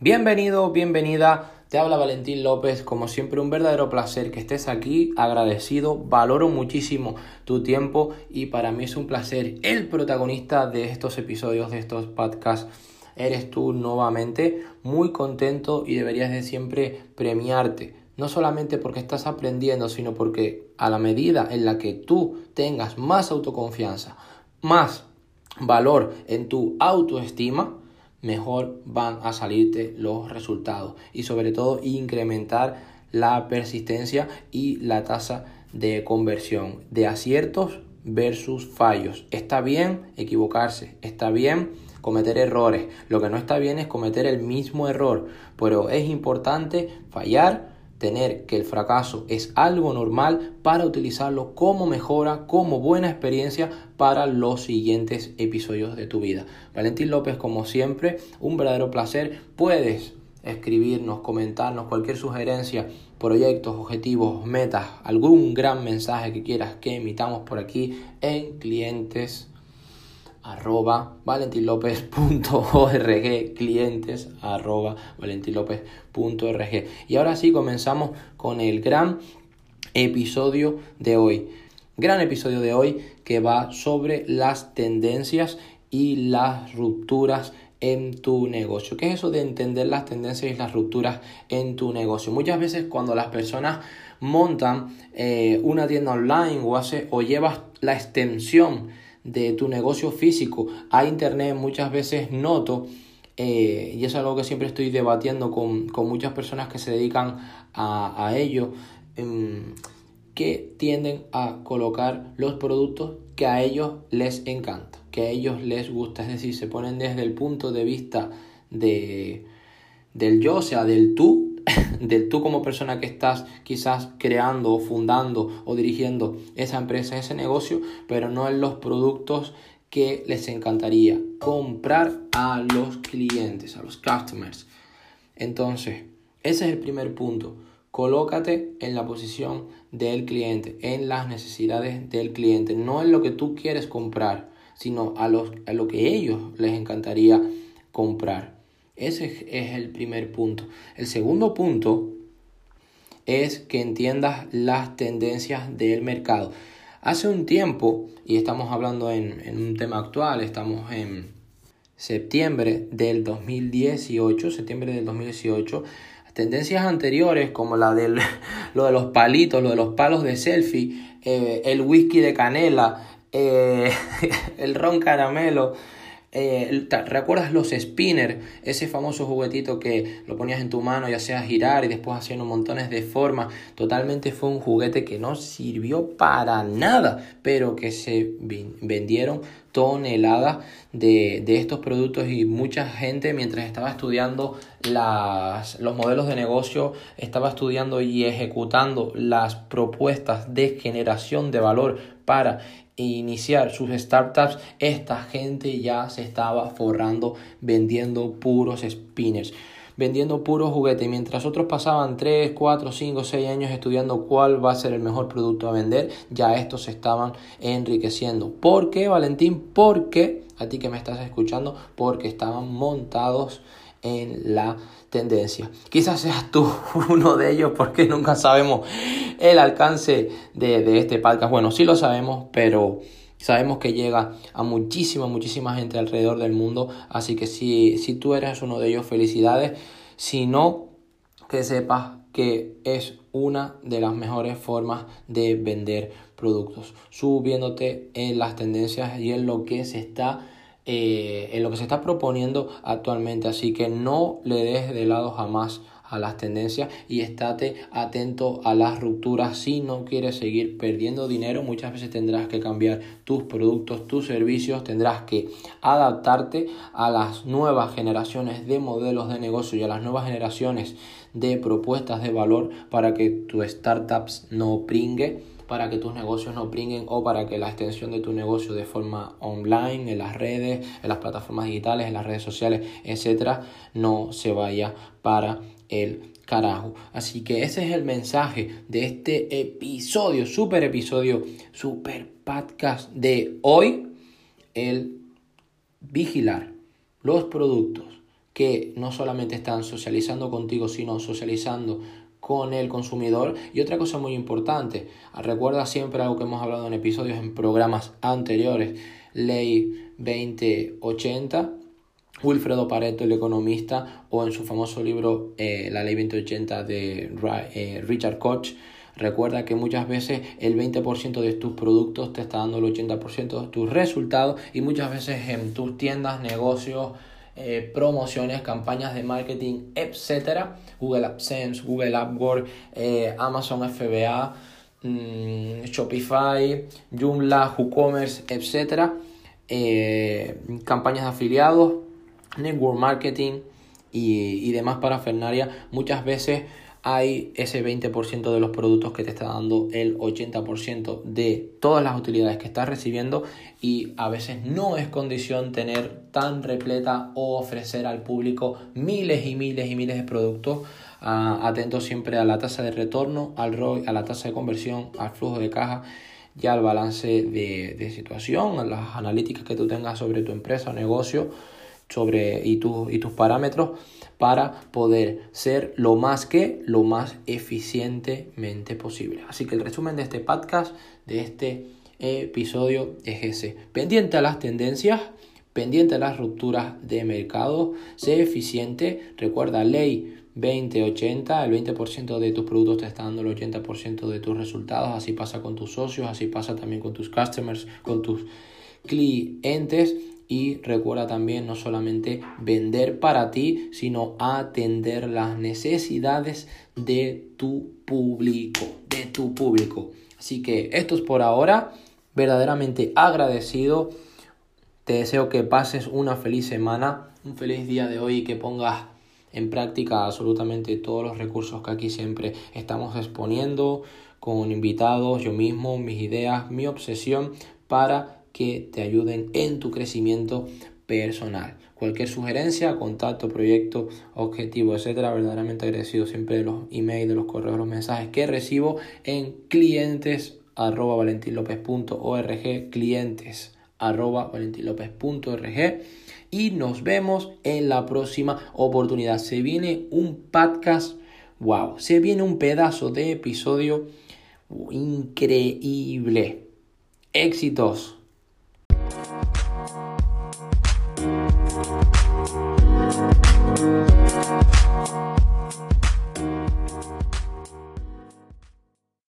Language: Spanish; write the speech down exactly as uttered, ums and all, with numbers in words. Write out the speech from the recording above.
Bienvenido, bienvenida, te habla Valentín López, como siempre un verdadero placer que estés aquí, agradecido, valoro muchísimo tu tiempo y para mí es un placer. El protagonista de estos episodios, de estos podcasts, eres tú nuevamente, muy contento y deberías de siempre premiarte. No solamente porque estás aprendiendo, sino porque a la medida en la que tú tengas más autoconfianza, más valor en tu autoestima, mejor van a salirte los resultados y sobre todo incrementar la persistencia y la tasa de conversión de aciertos versus fallos. Está bien equivocarse, está bien cometer errores, lo que no está bien es cometer el mismo error, pero es importante fallar, tener que el fracaso es algo normal para utilizarlo como mejora, como buena experiencia para los siguientes episodios de tu vida. Valentín López, como siempre, un verdadero placer. Puedes escribirnos, comentarnos cualquier sugerencia, proyectos, objetivos, metas, algún gran mensaje que quieras que emitamos por aquí en clientes arroba valentinlopez punto org, clientes arroba valentinlopez punto org. Y ahora sí comenzamos con el gran episodio de hoy. Gran episodio de hoy que va sobre las tendencias y las rupturas en tu negocio. ¿Qué es eso de entender las tendencias y las rupturas en tu negocio? Muchas veces cuando las personas montan eh, una tienda online o, hace, o llevas la extensión de tu negocio físico a internet, muchas veces noto, eh, y es algo que siempre estoy debatiendo con, con muchas personas que se dedican a, a ello, eh, que tienden a colocar los productos que a ellos les encanta, que a ellos les gusta, es decir, se ponen desde el punto de vista de, del yo, o sea, del tú, del tú como persona que estás quizás creando o fundando o dirigiendo esa empresa, ese negocio, pero no en los productos que les encantaría comprar a los clientes, a los customers. Entonces, ese es el primer punto. Colócate en la posición del cliente, en las necesidades del cliente, no en lo que tú quieres comprar, sino a, los, a lo que ellos les encantaría comprar. Ese es el primer punto. El segundo punto es que entiendas las tendencias del mercado. Hace un tiempo, y estamos hablando en, en un tema actual, estamos en septiembre del dos mil dieciocho, septiembre del dos mil dieciocho, tendencias anteriores como la del lo de los palitos, lo de los palos de selfie, eh, el whisky de canela, eh, el ron caramelo. Eh, ¿Recuerdas los spinners? Ese famoso juguetito que lo ponías en tu mano y hacías girar y después hacían un montones de formas. Totalmente fue un juguete que no sirvió para nada, pero que se vendieron toneladas de, de estos productos y mucha gente mientras estaba estudiando las, los modelos de negocio, estaba estudiando y ejecutando las propuestas de generación de valor para iniciar sus startups, esta gente ya se estaba forrando vendiendo puros spinners, vendiendo puros juguetes, y mientras otros pasaban tres, cuatro, cinco, seis años estudiando cuál va a ser el mejor producto a vender, ya estos se estaban enriqueciendo. ¿Por qué, Valentín? Porque, a ti que me estás escuchando, porque estaban montados en la tendencia. Quizás seas tú uno de ellos, porque nunca sabemos el alcance de, de este podcast. Bueno, sí lo sabemos, pero sabemos que llega a muchísima, muchísima gente alrededor del mundo. Así que si, si tú eres uno de ellos, felicidades. Si no, que sepas que es una de las mejores formas de vender productos, subiéndote en las tendencias y en lo que se está Eh, en lo que se está proponiendo actualmente. Así que no le des de lado jamás a las tendencias y estate atento a las rupturas. Si no quieres seguir perdiendo dinero, muchas veces tendrás que cambiar tus productos, tus servicios, tendrás que adaptarte a las nuevas generaciones de modelos de negocio y a las nuevas generaciones de propuestas de valor para que tu startups no pringue, para que tus negocios no pringuen o para que la extensión de tu negocio de forma online, en las redes, en las plataformas digitales, en las redes sociales, etcétera, no se vaya para el carajo. Así que ese es el mensaje de este episodio, super episodio, super podcast de hoy, el vigilar los productos que no solamente están socializando contigo, sino socializando con el consumidor. Y otra cosa muy importante, recuerda siempre algo que hemos hablado en episodios, en programas anteriores, Ley veinte ochenta, Wilfredo Pareto, el economista, o en su famoso libro eh, La Ley veinte ochenta de eh, Richard Koch. Recuerda que muchas veces el veinte por ciento de tus productos te está dando el ochenta por ciento de tus resultados, y muchas veces en tus tiendas, negocios, eh, promociones, campañas de marketing, etcétera, Google AdSense, Google AdWords, eh, Amazon F B A, mmm, Shopify, Joomla, WooCommerce, etcétera, eh, campañas de afiliados, network marketing y, y demás parafernalia. Muchas veces hay ese veinte por ciento de los productos que te está dando el ochenta por ciento de todas las utilidades que estás recibiendo, y a veces no es condición tener tan repleta o ofrecer al público miles y miles y miles de productos. Uh, atento siempre a la tasa de retorno, al R O I, a la tasa de conversión, al flujo de caja y al balance de, de situación, a las analíticas que tú tengas sobre tu empresa o negocio, sobre y, tu, y tus parámetros, para poder ser lo más que lo más eficientemente posible. Así que el resumen de este podcast, de este episodio, es ese: pendiente a las tendencias, pendiente a las rupturas de mercado, sé eficiente. Recuerda, Ley veinte ochenta, el veinte por ciento de tus productos te está dando el ochenta por ciento de tus resultados. Así pasa con tus socios, así pasa también con tus customers, con tus clientes. Y recuerda también no solamente vender para ti, sino atender las necesidades de tu público, de tu público. Así que esto es por ahora. Verdaderamente agradecido. Te deseo que pases una feliz semana, un feliz día de hoy, y que pongas en práctica absolutamente todos los recursos que aquí siempre estamos exponiendo con invitados, yo mismo, mis ideas, mi obsesión, para que te ayuden en tu crecimiento personal. Cualquier sugerencia, contacto, proyecto, objetivo, etcétera, verdaderamente agradecido siempre de los emails, de los correos, los mensajes que recibo en clientes arroba valentinlopez punto org, clientes arroba valentinlopez punto org, y nos vemos en la próxima oportunidad. Se viene un podcast, wow, se viene un pedazo de episodio increíble. Éxitos.